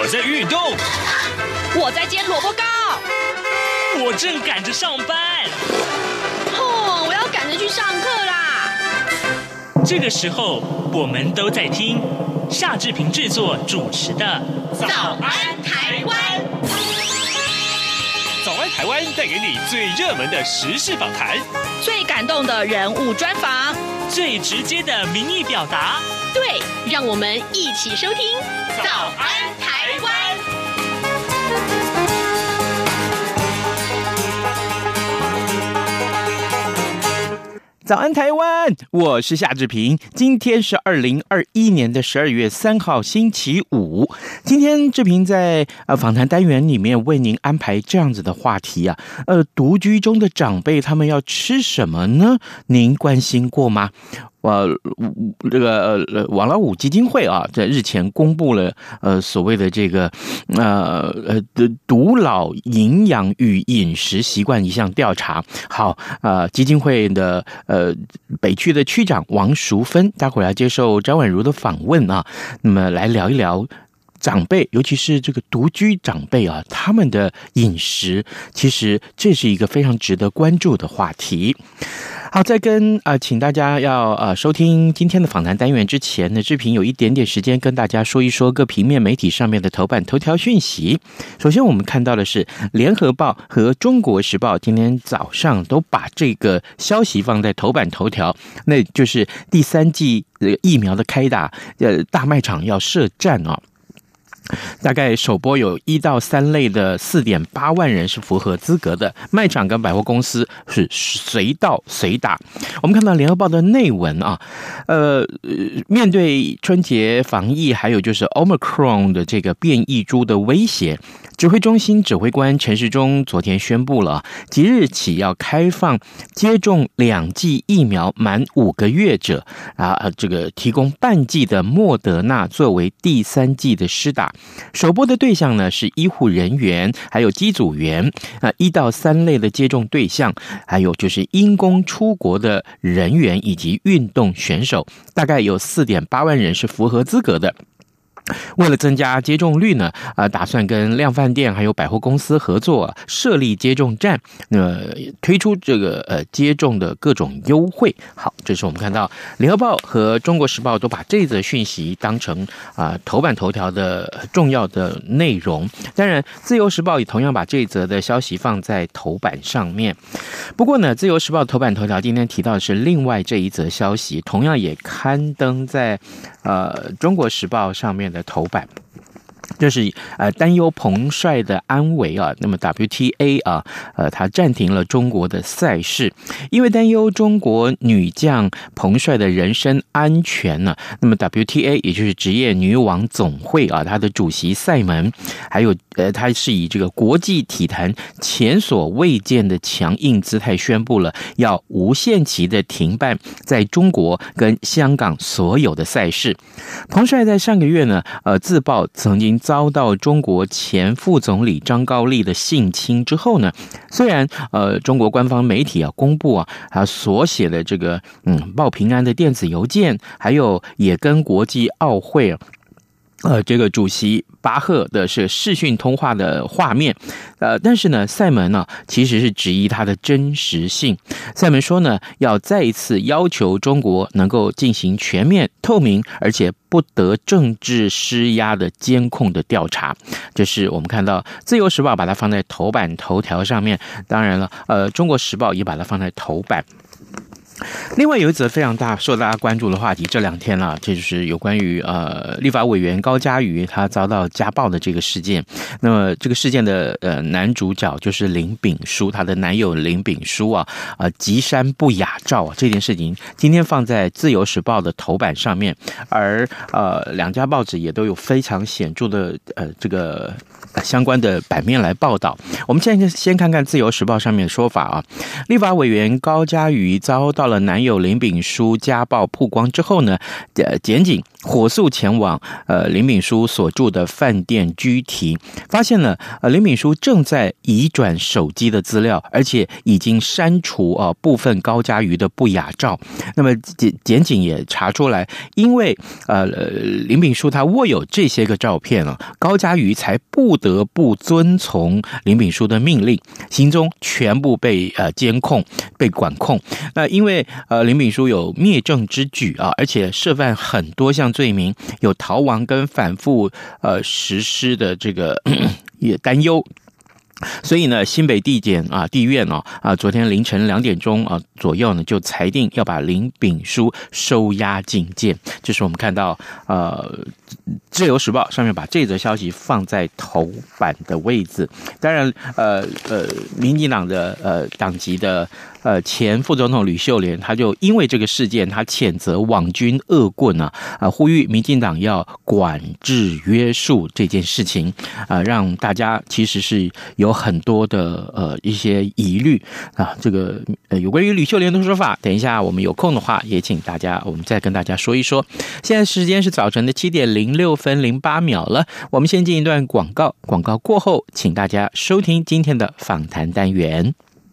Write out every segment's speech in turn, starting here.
在运动， 我在煎萝卜糕， 我正赶着上班。 我要赶着去上课啦。 这个时候，我们都在听夏志平制作主持的《 早安台湾》。 早安台湾带给你最热门的时事访谈， 最感动的人物专访， 最直接的民意表达。 对，让我们一起收听《早安台湾》。 早安台湾，我是夏志平。今天是2021年的12月3号星期五。今天志平在访谈单元里面为您安排这样子的话题啊，独居中的长辈他们要吃什么呢？您关心过吗？这个王老五基金会啊，在日前公布了所谓的这个独老营养与饮食习惯一项调查。好，基金会的北区的区长王淑芬，待会儿要接受张婉如的访问啊，那么来聊一聊长辈，尤其是这个独居长辈啊，他们的饮食，其实这是一个非常值得关注的话题。好，在请大家要收听今天的访谈单元之前呢，志平有一点点时间跟大家说一说各平面媒体上面的头版头条讯息。首先我们看到的是联合报和中国时报今天早上都把这个消息放在头版头条，那就是第3剂疫苗的开打，大卖场要设站啊。大概首波有1到3类的 4.8 万人是符合资格的，卖场跟百货公司是随到随打。我们看到联合报的内文啊，面对春节防疫，还有就是 Omicron 的这个变异株的威胁，指挥中心指挥官陈时中昨天宣布了，即日起要开放接种2剂疫苗满5个月者这个提供半剂的莫德纳作为第3剂的施打。首波的对象呢是医护人员，还有机组员，1到3类的接种对象，还有就是因公出国的人员以及运动选手，大概有 4.8 万人是符合资格的。为了增加接种率呢，打算跟量贩店还有百货公司合作，设立接种站，推出这个接种的各种优惠。好，这是我们看到联合报和中国时报都把这则讯息当成头版头条的重要的内容。当然，自由时报也同样把这则的消息放在头版上面。不过呢，自由时报头版头条今天提到的是另外这一则消息，同样也刊登在中国时报上面的头版，就是担忧彭帅的安危啊。那么 WTA 他暂停了中国的赛事，因为担忧中国女将彭帅的人身安全呢。那么 WTA 也就是职业女网总会他的主席赛门，还有他是以这个国际体坛前所未见的强硬姿态宣布了要无限期的停办在中国跟香港所有的赛事。彭帅在上个月呢自曝曾经遭到中国前副总理张高丽的性侵之后呢，虽然中国官方媒体公布他所写的这个报平安的电子邮件，还有也跟国际奥会这个主席巴赫的是视讯通话的画面，但是呢，赛门其实是质疑它的真实性。赛门说呢，要再一次要求中国能够进行全面、透明，而且不得政治施压的监控的调查。这是我们看到《自由时报》把它放在头版头条上面，当然了，《中国时报》也把它放在头版。另外有一则非常受大家关注的话题，这2天了，这就是有关于立法委员高嘉瑜他遭到家暴的这个事件。那么这个事件的男主角就是林炳书，他的男友林炳书吉山不雅照这件事情今天放在自由时报的头版上面，而2家报纸也都有非常显著的这个相关的版面来报道。我们现在先看看自由时报上面的说法立法委员高嘉瑜遭到了男友林炳书家暴曝光之后呢，检警火速前往林炳书所住的饭店居提，发现了林炳书正在移转手机的资料，而且已经删除部分高嘉瑜的不雅照。那么检警也查出来，因为林炳书他握有这些个照片高嘉瑜才不得不遵从林炳书的命令，行踪全部被监控、被管控。那因为林炳书有灭证之举而且涉犯很多项罪名，有逃亡跟反复实施的这个也担忧。所以呢，新北地检地院昨天凌晨2点钟左右呢，就裁定要把林炳书收押禁见。这是我们看到自由时报上面把这则消息放在头版的位置。当然民进党的党籍的前副总统吕秀莲，他就因为这个事件，他谴责网军恶棍呼吁民进党要管制约束这件事情让大家其实是有很多的一些疑虑这个有关于吕秀莲的说法，等一下我们有空的话也请大家我们再跟大家说一说。现在时间是早晨的7点06分08秒了，我们先进一段广告，广告过后请大家收听今天的访谈单元。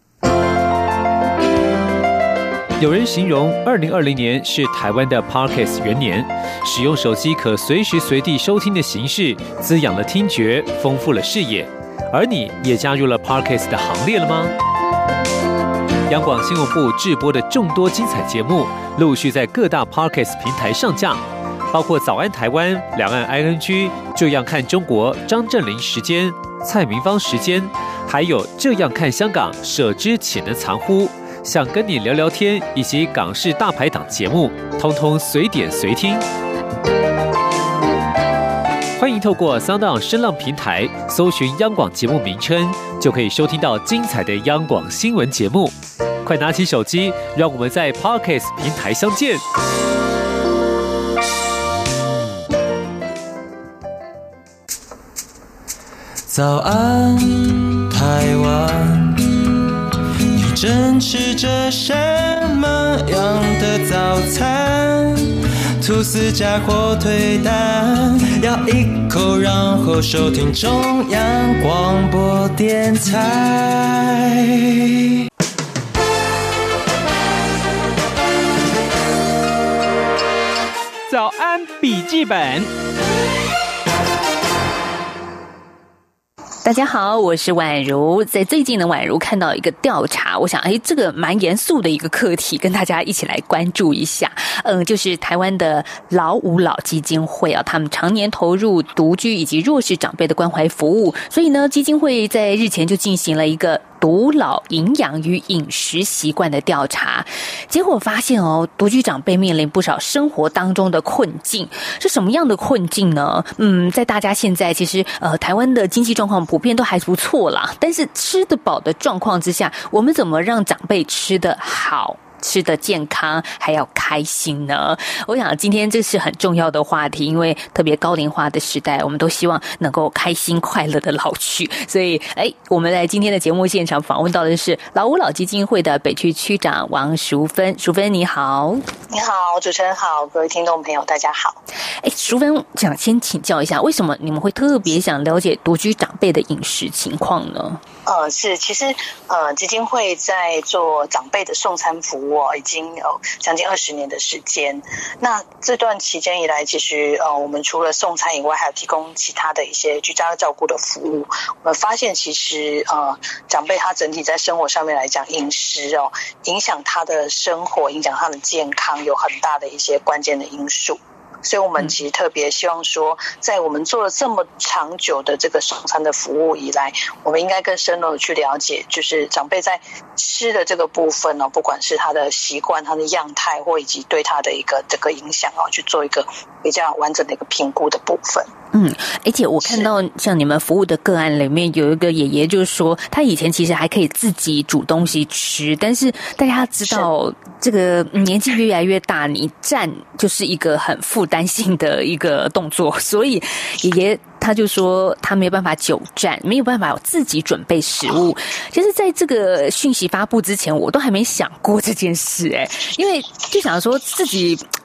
有人形容2020年是台湾的 Podcast 元年，使用手机可随时随地收听的形式滋养了听觉，丰富了视野。而你也加入了 Podcast 的行列了吗？央广新闻部制播的众多精彩节目陆续在各大 Podcast 平台上架，包括早安台湾、两岸 ING、这样看中国、张正霖时间、蔡明芳时间，还有这样看香港、舍之岂能藏乎，想跟你聊聊天，以及港式大排档节目，通通随点随听。欢迎透过 SoundOn 声浪平台搜寻央广节目名称，就可以收听到精彩的央广新闻节目。快拿起手机，让我们在 Podcast 平台相见。 早安，台湾，你正吃着什么样的早餐？吐司加火腿蛋，咬一口，然后收听中央广播电台。 早安笔记本。 大家好，我是宛如。在最近呢，宛如看到一个调查，我想这个蛮严肃的一个课题，跟大家一起来关注一下。就是台湾的老吾老基金会他们常年投入独居以及弱势长辈的关怀服务，所以呢，基金会在日前就进行了一个独老营养与饮食习惯的调查，结果发现独居长辈面临不少生活当中的困境。是什么样的困境呢？在大家现在其实台湾的经济状况普遍都还不错啦，但是吃得饱的状况之下，我们怎么让长辈吃得好、吃得健康还要开心呢？我想今天这是很重要的话题，因为特别高龄化的时代，我们都希望能够开心快乐的老去。所以我们在今天的节目现场访问到的是老吾老基金会的北区区长王淑芬。淑芬你好。 你好，主持人好，各位听众朋友大家好。 淑芬想先请教一下，为什么你们会特别想了解独居长辈的饮食情况呢？ 其实基金会在做长辈的送餐服务已经有将近20年的时间。那这段期间以来，其实我们除了送餐以外，还有提供其他的一些居家照顾的服务。我们发现其实长辈他整体在生活上面来讲，饮食影响他的生活，影响他的健康，有很大的一些关键的因素。所以我们其实特别希望说，在我们做了这么长久的这个送餐的服务以来，我们应该更深入的去了解，就是长辈在吃的这个部分不管是他的习惯、他的样态，或以及对他的一个这个影响去做一个比较完整的一个评估的部分。 而且我看到像你们服务的个案里面有一个爷爷，就是说他以前其实还可以自己煮东西吃，但是大家知道这个年纪越来越大，你站就是一个很负担性的一个动作，所以爷爷他就说他没有办法久站，没有办法自己准备食物。其实在这个讯息发布之前，我都还没想过这件事因为就想说自己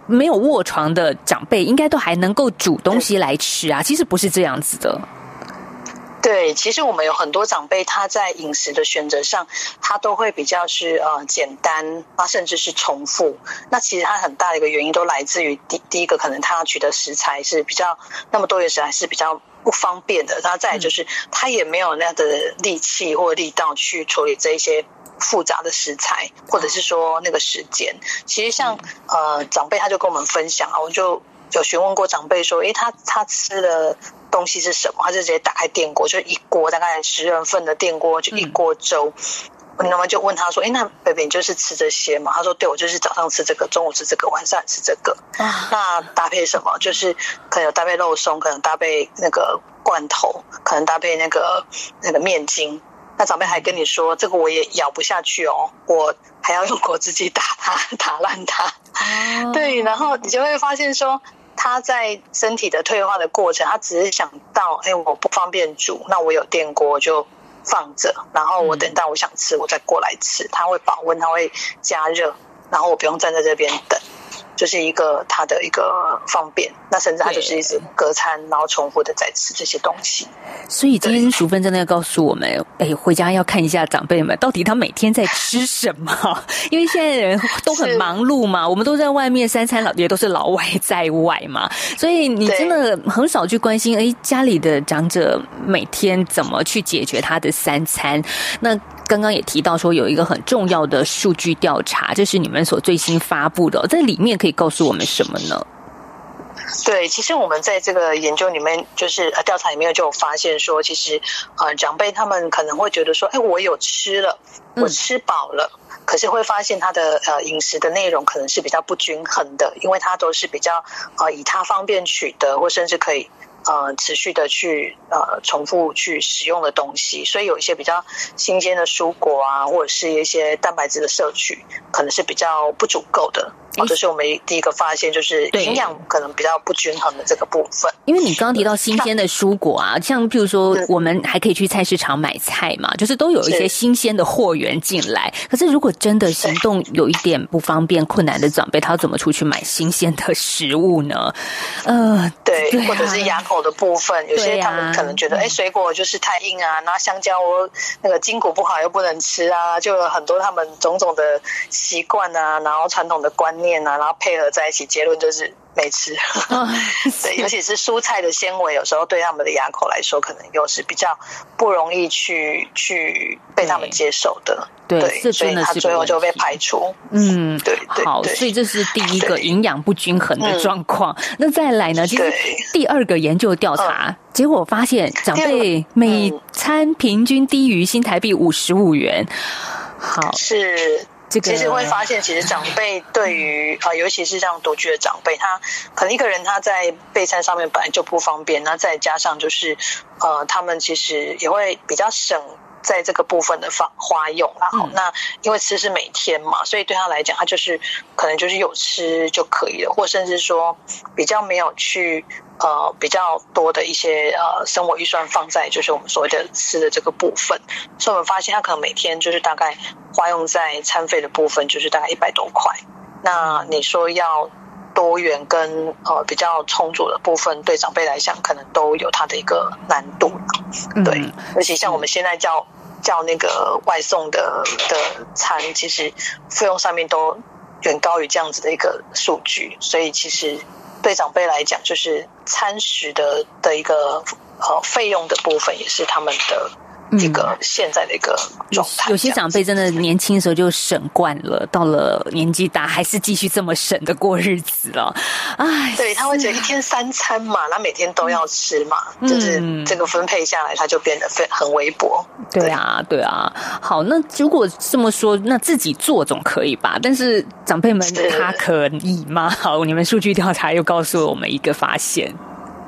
没有卧床的长辈应该都还能够煮东西来吃啊，其实不是这样子的。 对，其实我们有很多长辈，他在饮食的选择上，他都会比较是简单，甚至是重复。那其实他很大的一个原因都来自于第一个，可能他取得食材是比较那么多元食材是比较不方便的，然后再来就是他也没有那样的力气或力道去处理这一些复杂的食材，或者是说那个时间。其实像长辈他就跟我们分享啊，我就有询问过长辈说，他吃的东西是什么？他就直接打开电锅，就一锅大概10人份的电锅，就一锅粥。那么就问他说：“那北北你就是吃这些吗？”他说：“对，我就是早上吃这个，中午吃这个，晚上吃这个。那搭配什么？就是可能有搭配肉松，可能搭配那个罐头，可能搭配那个面筋。那长辈还跟你说，这个我也咬不下去哦，我还要用果汁机打烂它。对，然后你就会发现说，他在身体的退化的过程，他只是想到，我不方便煮，那我有电锅就放着，然后我等到我想吃，我再过来吃。它会保温，它会加热，然后我不用站在这边等，就是一个它的一个方便。那甚至它就是一直隔餐，然后重复的在吃这些东西。 所以今天淑芬真的要告诉我们，回家要看一下长辈们到底他每天在吃什么，因为现在人都很忙碌嘛，我们都在外面三餐也都是老外在外嘛，所以你真的很少去关心家里的长者每天怎么去解决他的三餐。那刚刚也提到说有一个很重要的数据调查，这是你们所最新发布的，在里面可以告诉我们什么呢？ 对，其实我们在这个研究里面，就是调查里面就有发现说，其实长辈他们可能会觉得说，我有吃了，我吃饱了，可是会发现他的饮食的内容可能是比较不均衡的，因为他都是比较以他方便取得，或甚至可以持续的去重复去使用的东西，所以有一些比较新鲜的蔬果啊，或者是一些蛋白质的摄取，可能是比较不足够的。这是我们第一个发现，就是营养可能比较不均衡的这个部分。 因为你刚刚提到新鲜的蔬果啊，像譬如说我们还可以去菜市场买菜嘛，就是都有一些新鲜的货源进来。可是如果真的行动有一点不方便困难的长辈，他要怎么出去买新鲜的食物呢？ 对，或者是牙口的部分，有些他们可能觉得水果就是太硬啊，然后香蕉那个筋骨不好又不能吃啊，就有很多他们种种的习惯啊，然后传统的观念啊，然后配合在一起，结论就是没吃。对，尤其是蔬菜的纤维，有时候对他们的牙口来说，可能又是比较不容易去被他们接受的。对， 这真的是所以他最后就被排除。对， 好，所以这是第一个营养不均衡的状况。那再来呢？其实第二个研究调查结果发现，长辈每餐平均低于新台币55元。好， 是。其实会发现，其实长辈对于尤其是这样独居的长辈，他可能一个人他在备餐上面本来就不方便，那再加上就是他们其实也会比较省在这个部分的花用啦。那因为吃是每天嘛，所以对他来讲，他就是可能就是有吃就可以了，或甚至说比较没有去比较多的一些生活预算放在就是我们所谓的吃的这个部分，所以我们发现他可能每天就是大概花用在餐费的部分就是大概100多块。那你说要多元跟比较充足的部分，对长辈来讲可能都有它的一个难度。对，尤其像我们现在叫那个外送的餐，其实费用上面都远高于这样子的一个数据，所以其实对长辈来讲，就是餐食的一个费用的部分，也是他们的一个现在的一个状态。 有些长辈真的年轻的时候就省惯了，到了年纪大还是继续这么省的过日子了。 对，他会觉得一天3餐嘛，那每天都要吃嘛，就是这个分配下来，他就变得很微薄。 对啊。好，那如果这么说，那自己做总可以吧？但是长辈们他可以吗？好，你们数据调查又告诉了我们一个发现。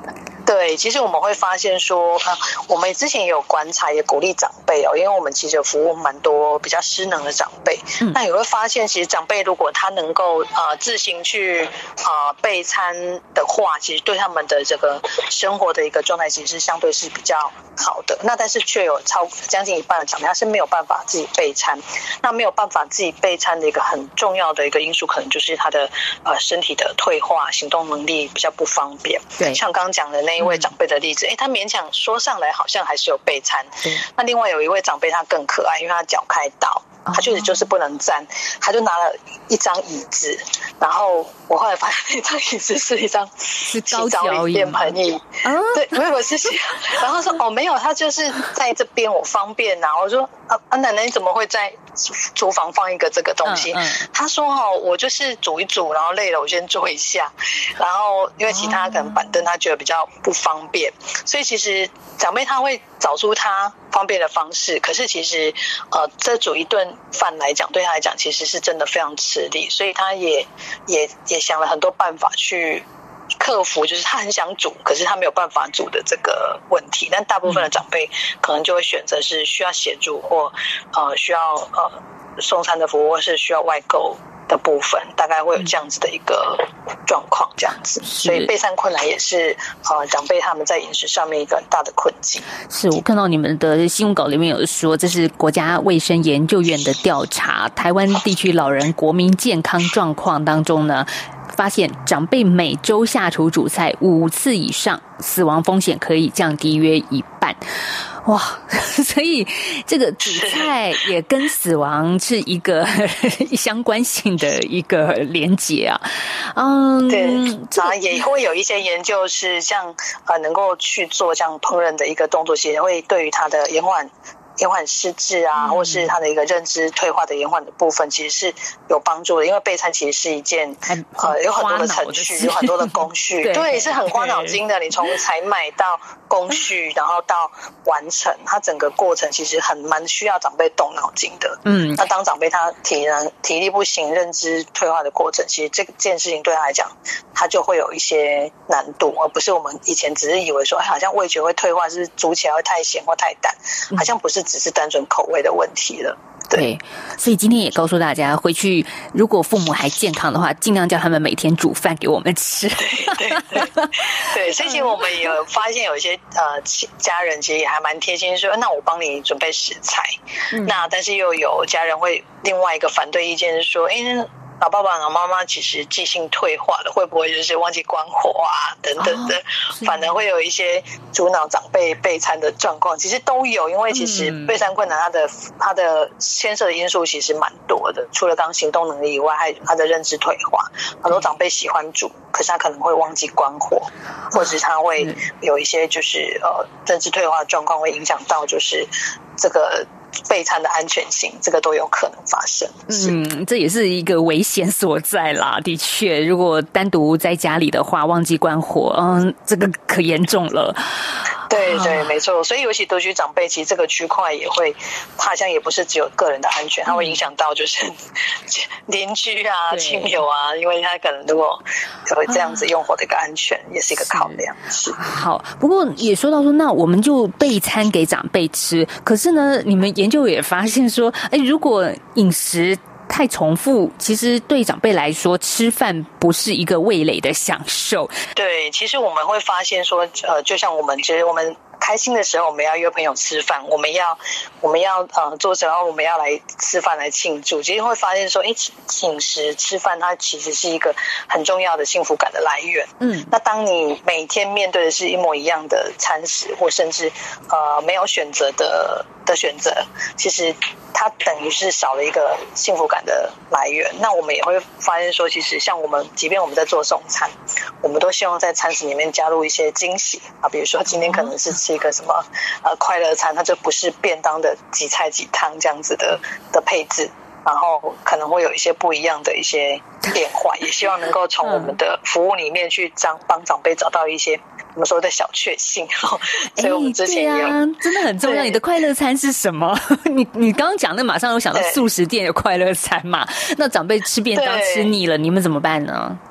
对，其实我们会发现说，我们之前也有观察，也鼓励长辈哦，因为我们其实有服务蛮多比较失能的长辈，那也会发现，其实长辈如果他能够自行去备餐的话，其实对他们的这个生活的一个状态，其实相对是比较好的。那但是却有将近一半的长辈他是没有办法自己备餐，那没有办法自己备餐的一个很重要的一个因素，可能就是他的身体的退化，行动能力比较不方便。对，像刚刚讲的那一位长辈的例子，他勉强说上来好像还是有备餐。那另外有一位长辈他更可爱，因为他脚开刀，他确实就是不能站，他就拿了一张椅子，然后我后来发现那张椅子是一张洗澡椅、便盆椅。对，没有是洗，然后说没有，他就是在这边我方便啊。我说奶奶你怎么会在厨房放一个这个东西？他说我就是煮一煮，然后累了我先坐一下，然后因为其他可能板凳他觉得比较不方便，所以其实长辈他会找出他方便的方式，可是其实这煮一顿饭来讲，对他来讲其实是真的非常吃力，所以他也想了很多办法去克服，就是他很想煮，可是他没有办法煮的这个问题。但大部分的长辈可能就会选择是需要协助或需要送餐的服务，或是需要外购的部分，大概会有这样子的一个状况，这样子。所以备餐困难也是长辈他们在饮食上面一个很大的困境。 是我看到你们的新闻稿里面有说，这是国家卫生研究院的调查，台湾地区老人国民健康状况当中呢，发现长辈每周下厨煮菜5次以上，死亡风险可以降低约1半。哇，所以这个煮菜也跟死亡是一个相关性的一个连结啊。 对，也会有一些研究是像能够去做这样烹饪的一个动作，其实会对于他的延缓失智啊，或是他的一个认知退化的延缓的部分，其实是有帮助的。因为备餐其实是一件有很多的程序，有很多的工序，对，是很花脑筋的。你从采买到工序，然后到完成，它整个过程其实蛮需要长辈动脑筋的。那当长辈他体力不行、认知退化的过程，其实这件事情对他来讲，他就会有一些难度，而不是我们以前只是以为说，好像味觉会退化，是煮起来会太咸或太淡，好像不是只是单纯口味的问题了。 对，所以今天也告诉大家，回去如果父母还健康的话，尽量叫他们每天煮饭给我们吃。 对，所以其实我们也有发现有一些家人其实也还蛮贴心，说那我帮你准备食材。那但是又有家人会另外一个反对意见是说，老爸爸老妈妈其实记性退化了，会不会就是忘记关火啊等等的，反而会有一些阻挠长辈备餐的状况，其实都有。因为其实备餐困难它的牵涉的因素其实蛮多的，除了刚行动能力以外，还有他的认知退化。很多长辈喜欢煮，可是他可能会忘记关火，或者是他会有一些就是认知退化的状况，会影响到就是这个备餐的安全性，这个都有可能发生。 这也是一个危险所在啦。的确，如果单独在家里的话，忘记关火，这个可严重了。 对对，没错。所以尤其独居长辈，其实这个区块也会，它好像也不是只有个人的安全，它会影响到就是邻居啊、亲友啊，因为他可能如果有这样子用火的一个安全，也是一个考量。 好，不过也说到说，那我们就备餐给长辈吃，可是呢，你们研究也发现说，如果饮食太重复，其实对长辈来说，吃饭不是一个味蕾的享受。 对，其实我们会发现说，就像我们开心的时候，我们要约朋友吃饭，我们要做什么？我们要来吃饭来庆祝。其实会发现说，饮食吃饭，它其实是一个很重要的幸福感的来源。那当你每天面对的是一模一样的餐食，或甚至没有选择的选择，其实它等于是少了一个幸福感的来源。那我们也会发现说，其实像即便我们在做送餐，我们都希望在餐食里面加入一些惊喜啊，比如说今天可能是吃一个什么快乐餐，它就不是便当的几菜几汤这样子的配置，然后可能会有一些不一样的一些变化，也希望能够从我们的服务里面去帮长辈找到一些我们说的小确幸。所以我们之前也有真的很重要。你的快乐餐是什么？你刚刚讲的马上有想到素食店有快乐餐嘛？那长辈吃便当吃腻了，你们怎么办呢？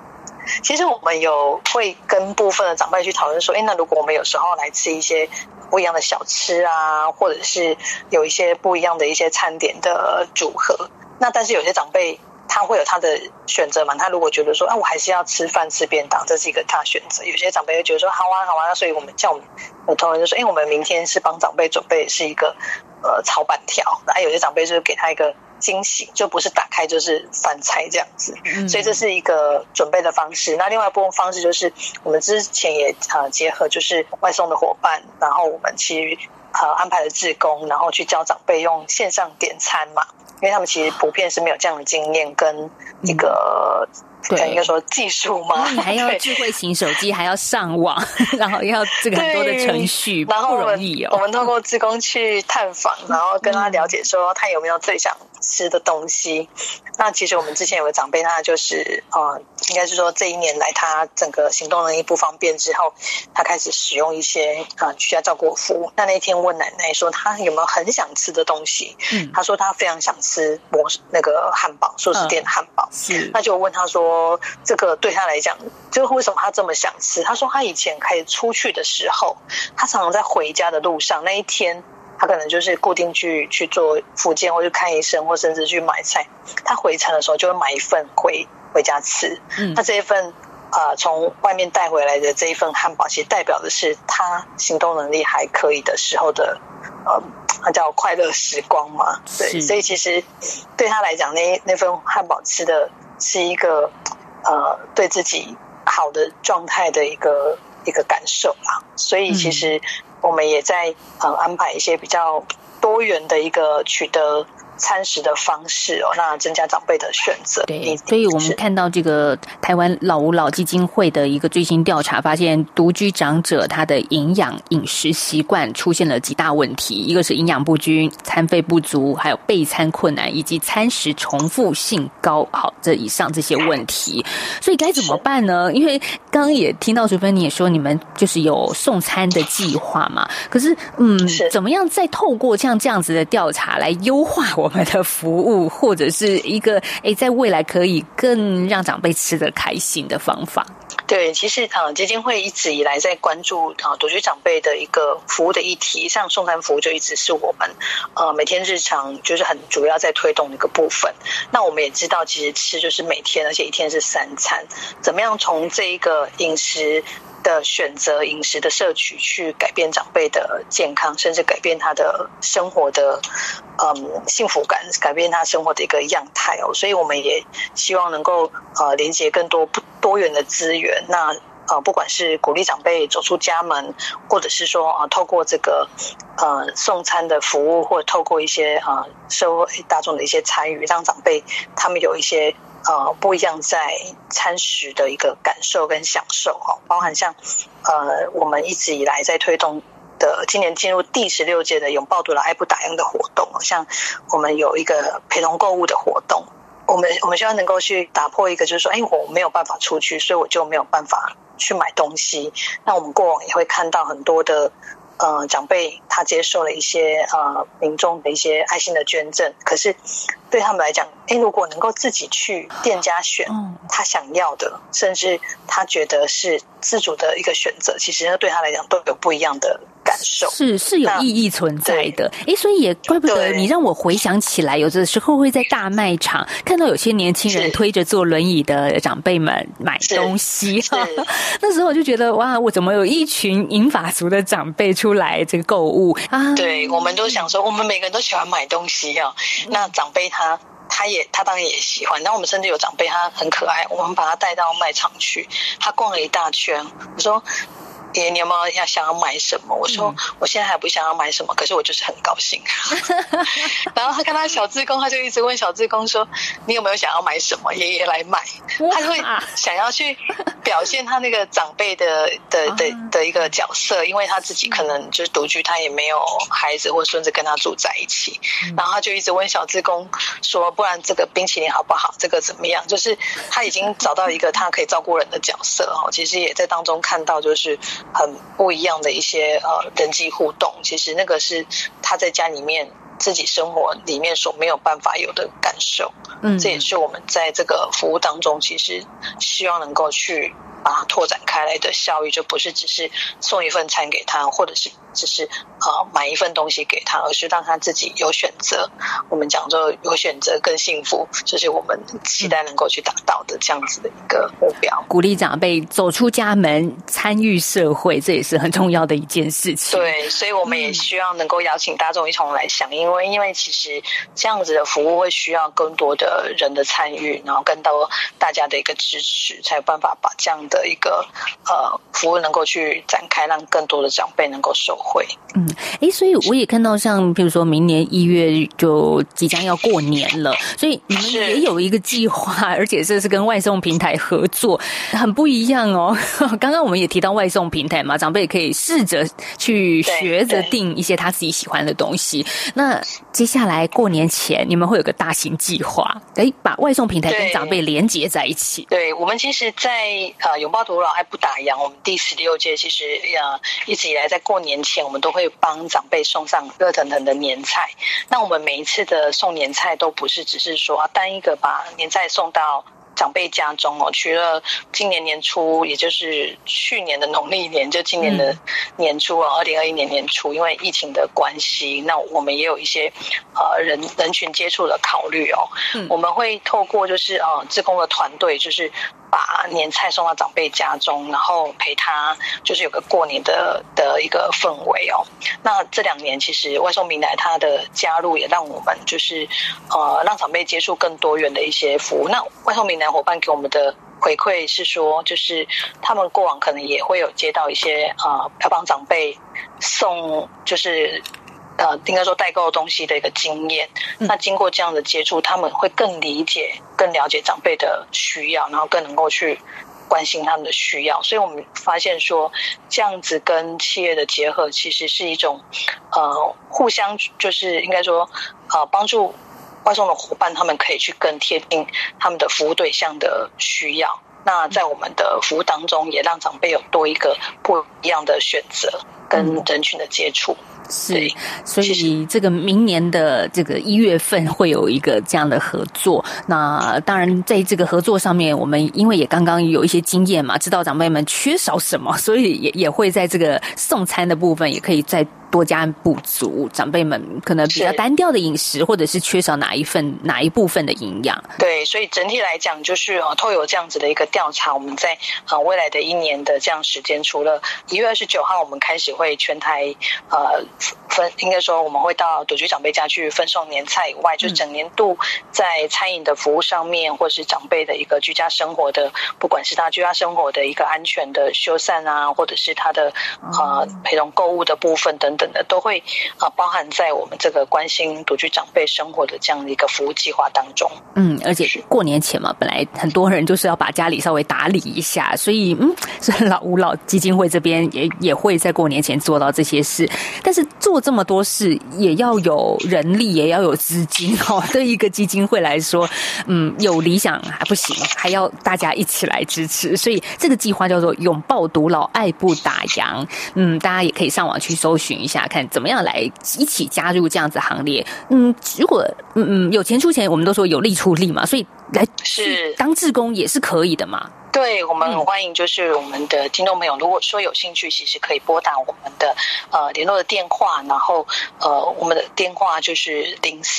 其实我们会跟部分的长辈去讨论说，那如果我们有时候来吃一些不一样的小吃啊，或者是有一些不一样的一些餐点的组合，那但是有些长辈他会有他的选择嘛，他如果觉得说我还是要吃饭吃便当，这是一个他的选择。有些长辈会觉得说好啊，所以我们有同仁就说我们明天是帮长辈准备是一个炒板条，有些长辈就是给他一个惊喜，就不是打开就是饭菜这样子，所以这是一个准备的方式。那另外一部分方式就是我们之前也结合就是外送的伙伴，然后我们其实安排了志工，然后去教长辈用线上点餐嘛，因为他们其实普遍是没有这样的经验跟一个应该说技术嘛， 你还要智慧型手机，还要上网，然后要这个很多的程序， 然后不容易我们透过志工去探访，然后跟他了解说他有没有最想吃的东西。那其实我们之前有个长辈，他就是应该是说这一年来他整个行动能力不方便之后，他开始使用一些居家照顾服务。那天问奶奶说他有没有很想吃的东西，他说他非常想吃那个汉堡，素食店汉堡。那就问他说这个对他来讲就是为什么他这么想吃。他说他以前开始出去的时候，他常常在回家的路上，那一天他可能就是固定去做复健或去看医生，或甚至去买菜，他回程的时候就会买一份回家吃。那这一份从外面带回来的这一份汉堡，其实代表的是他行动能力还可以的时候的它叫快乐时光嘛。对，所以其实对他来讲，那份汉堡吃的是一个对自己好的状态的一个感受啦。所以其实我们也在安排一些比较多元的一个取得餐食的方式那增加长辈的选择。 对，所以我们看到这个台湾老吾老基金会的一个最新调查，发现独居长者他的营养饮食习惯出现了几大问题，一个是营养不均、餐费不足，还有备餐困难，以及餐食重复性高。好，这以上这些问题，所以该怎么办呢？因为刚刚也听到淑芬你也说你们就是有送餐的计划嘛，可是怎么样再透过像这样子的调查来优化我们的服务，或者是一个在未来可以更让长辈吃得开心的方法？ 对，其实基金会一直以来在关注独居长辈的一个服务的议题，像送餐服务就一直是我们每天日常就是很主要在推动的一个部分。那我们也知道其实吃就是每天，而且一天是3餐，怎么样从这一个饮食的选择、饮食的摄取去改变长辈的健康，甚至改变他的生活的幸福感，改变他生活的一个样态所以我们也希望能够连接更多元的资源。那不管是鼓励长辈走出家门，或者是说透过这个送餐的服务，或者透过一些社会大众的一些参与，让长辈他们有一些不一样在餐食的一个感受跟享受包含像我们一直以来在推动的今年进入第16届的拥抱独老爱不打烊的活动，像我们有一个陪同购物的活动，我们希望能够去打破一个就是说我没有办法出去，所以我就没有办法去买东西。那我们过往也会看到很多的长辈他接受了一些民众的一些爱心的捐赠，可是对他们来讲如果能够自己去店家选他想要的，甚至他觉得是自主的一个选择，其实对他来讲都有不一样的感受， 是有意义存在的。所以也怪不得你让我回想起来，有的时候会在大卖场看到有些年轻人推着坐轮椅的长辈们买东西那时候我就觉得哇，我怎么有一群银发族的长辈出来这个购物对，我们都想说我们每个人都喜欢买东西那长辈他当然也喜欢。那我们甚至有长辈他很可爱，我们把他带到卖场去，他逛了一大圈，我说你有没有想要买什么？我说我现在还不想要买什么，可是我就是很高兴然后他看他小志工，他就一直问小志工说你有没有想要买什么，爷爷来买。他会想要去表现他那个长辈的一个角色，因为他自己可能就是独居，他也没有孩子或孙子跟他住在一起然后他就一直问小志工说不然这个冰淇淋好不好，这个怎么样，就是他已经找到一个他可以照顾人的角色其实也在当中看到就是很不一样的一些人际互动。其实那个是他在家里面自己生活里面所没有办法有的感受。这也是我们在这个服务当中其实希望能够去把它拓展开来的效益，就不是只是送一份餐给他，或者是只是买一份东西给他，而是让他自己有选择。我们讲说有选择更幸福，就是我们期待能够去达到的这样子的一个目标。 鼓励长辈走出家门，参与社会，这也是很重要的一件事情。 对，所以我们也希望能够邀请大众一同来响应，因为其实这样子的服务会需要更多的人的参与，然后更多大家的一个支持，才有办法把这样的一个服务能够去展开，让更多的长辈能够受惠。 所以我也看到像譬如说明年1月就即将要过年了，所以你们也有一个计划，而且这是跟外送平台合作，很不一样哦。刚刚我们也提到外送平台嘛，长辈可以试着去学着订一些他自己喜欢的东西。那接下来过年前你们会有个大型计划，把外送平台跟长辈连结在一起。 对，我们其实在拥抱独老爱不打烊，我们第16届其实一直以来在过年前我们都会帮长辈送上热腾腾的年菜。那我们每一次的送年菜都不是只是说单一个把年菜送到长辈家中除了今年年初，也就是去年的农历年，就今年的年初2021年年初，因为疫情的关系，那我们也有一些人群接触的考虑我们会透过就是志工的团队，就是把年菜送到长辈家中，然后陪他就是有个过年的一个氛围那这2年其实外送平台它的加入也让我们就是让长辈接触更多元的一些服务。那外送平台伙伴给我们的回馈是说，就是他们过往可能也会有接到一些要帮长辈送就是应该说代购东西的一个经验。那经过这样的接触，他们会更理解更了解长辈的需要，然后更能够去关心他们的需要。所以我们发现说这样子跟企业的结合其实是一种互相就是应该说帮助外送的伙伴他们可以去更贴近他们的服务对象的需要。那在我们的服务当中也让长辈有多一个不一样的选择跟人群的接触。 是，所以这个明年的这个1月份会有一个这样的合作。那当然在这个合作上面，我们因为也刚刚有一些经验嘛，知道长辈们缺少什么，所以也会在这个送餐的部分也可以再多加补足长辈们可能比较单调的饮食，或者是缺少哪一部分的营养。 对，所以整体来讲就是透有这样子的一个调查，我们在未来的1年的这样时间，除了1月29号我们开始会全台应该说我们会到独居长辈家去分送年菜以外，就整年度在餐饮的服务上面，或是长辈的一个居家生活的，不管是他居家生活的一个安全的修缮啊，或者是他的陪同购物的部分等等的，都会包含在我们这个关心独居长辈生活的这样的一个服务计划当中。 而且过年前嘛，本来很多人就是要把家里稍微打理一下，所以五老基金会这边也会在过年前做到这些事。但是做这么多事也要有人力，也要有资金对一个基金会来说有理想还不行，还要大家一起来支持。所以这个计划叫做拥抱独老爱不打烊。大家也可以上网去搜寻一下，看怎么样来一起加入这样子行列。如果有钱出钱，我们都说有力出力嘛，所以来当志工也是可以的嘛。 对，我们很欢迎就是我们的听众朋友，如果说有兴趣，其实可以拨打我们的联络的电话，然后我们的电话就是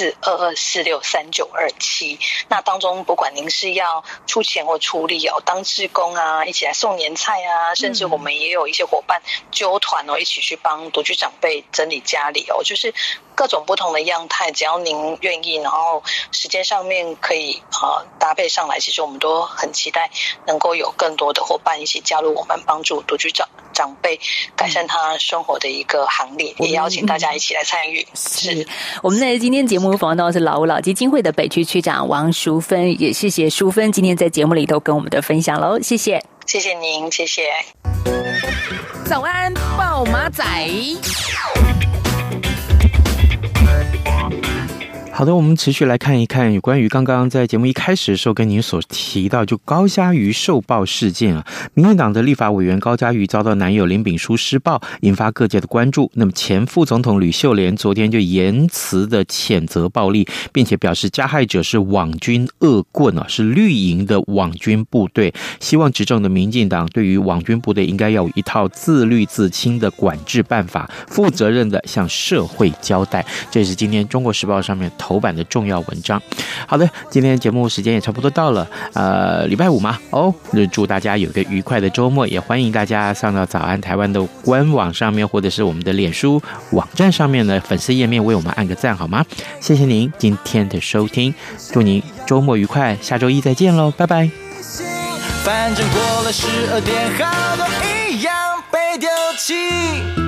0422463927。那当中不管您是要出钱或出力当志工啊，一起来送年菜啊，甚至我们也有一些伙伴揪团一起去帮独居长辈整理家里就是各种不同的样态，只要您愿意，然后时间上面可以搭配上来，其实我们都很期待能够有更多的伙伴一起加入我们，帮助独居长辈改善他生活的一个行列，也邀请大家一起来参与。 是我们在今天节目访问到的是老吾老基金会的北区区长王淑芬，也谢谢淑芬今天在节目里头跟我们的分享喽，谢谢。 谢谢您，谢谢。 早安暴马仔。 好的，我们持续来看一看有关于刚刚在节目一开始的时候跟您所提到就高嘉瑜受暴事件啊，民进党的立法委员高嘉瑜遭到男友林炳书施暴，引发各界的关注。那么前副总统吕秀莲昨天就言辞的谴责暴力，并且表示加害者是网军恶棍啊，是绿营的网军部队，希望执政的民进党对于网军部队应该要有一套自律自清的管制办法，负责任的向社会交代。这也是今天中国时报上面头版的重要文章。好的，今天节目时间也差不多到了，礼拜五嘛，祝大家有个愉快的周末，也欢迎大家上到早安台湾的官网上面，或者是我们的脸书网站上面的粉丝页面为我们按个赞好吗？谢谢您今天的收听，祝您周末愉快，下周一再见喽，拜拜。 反正过了12点，好都一样被丢弃。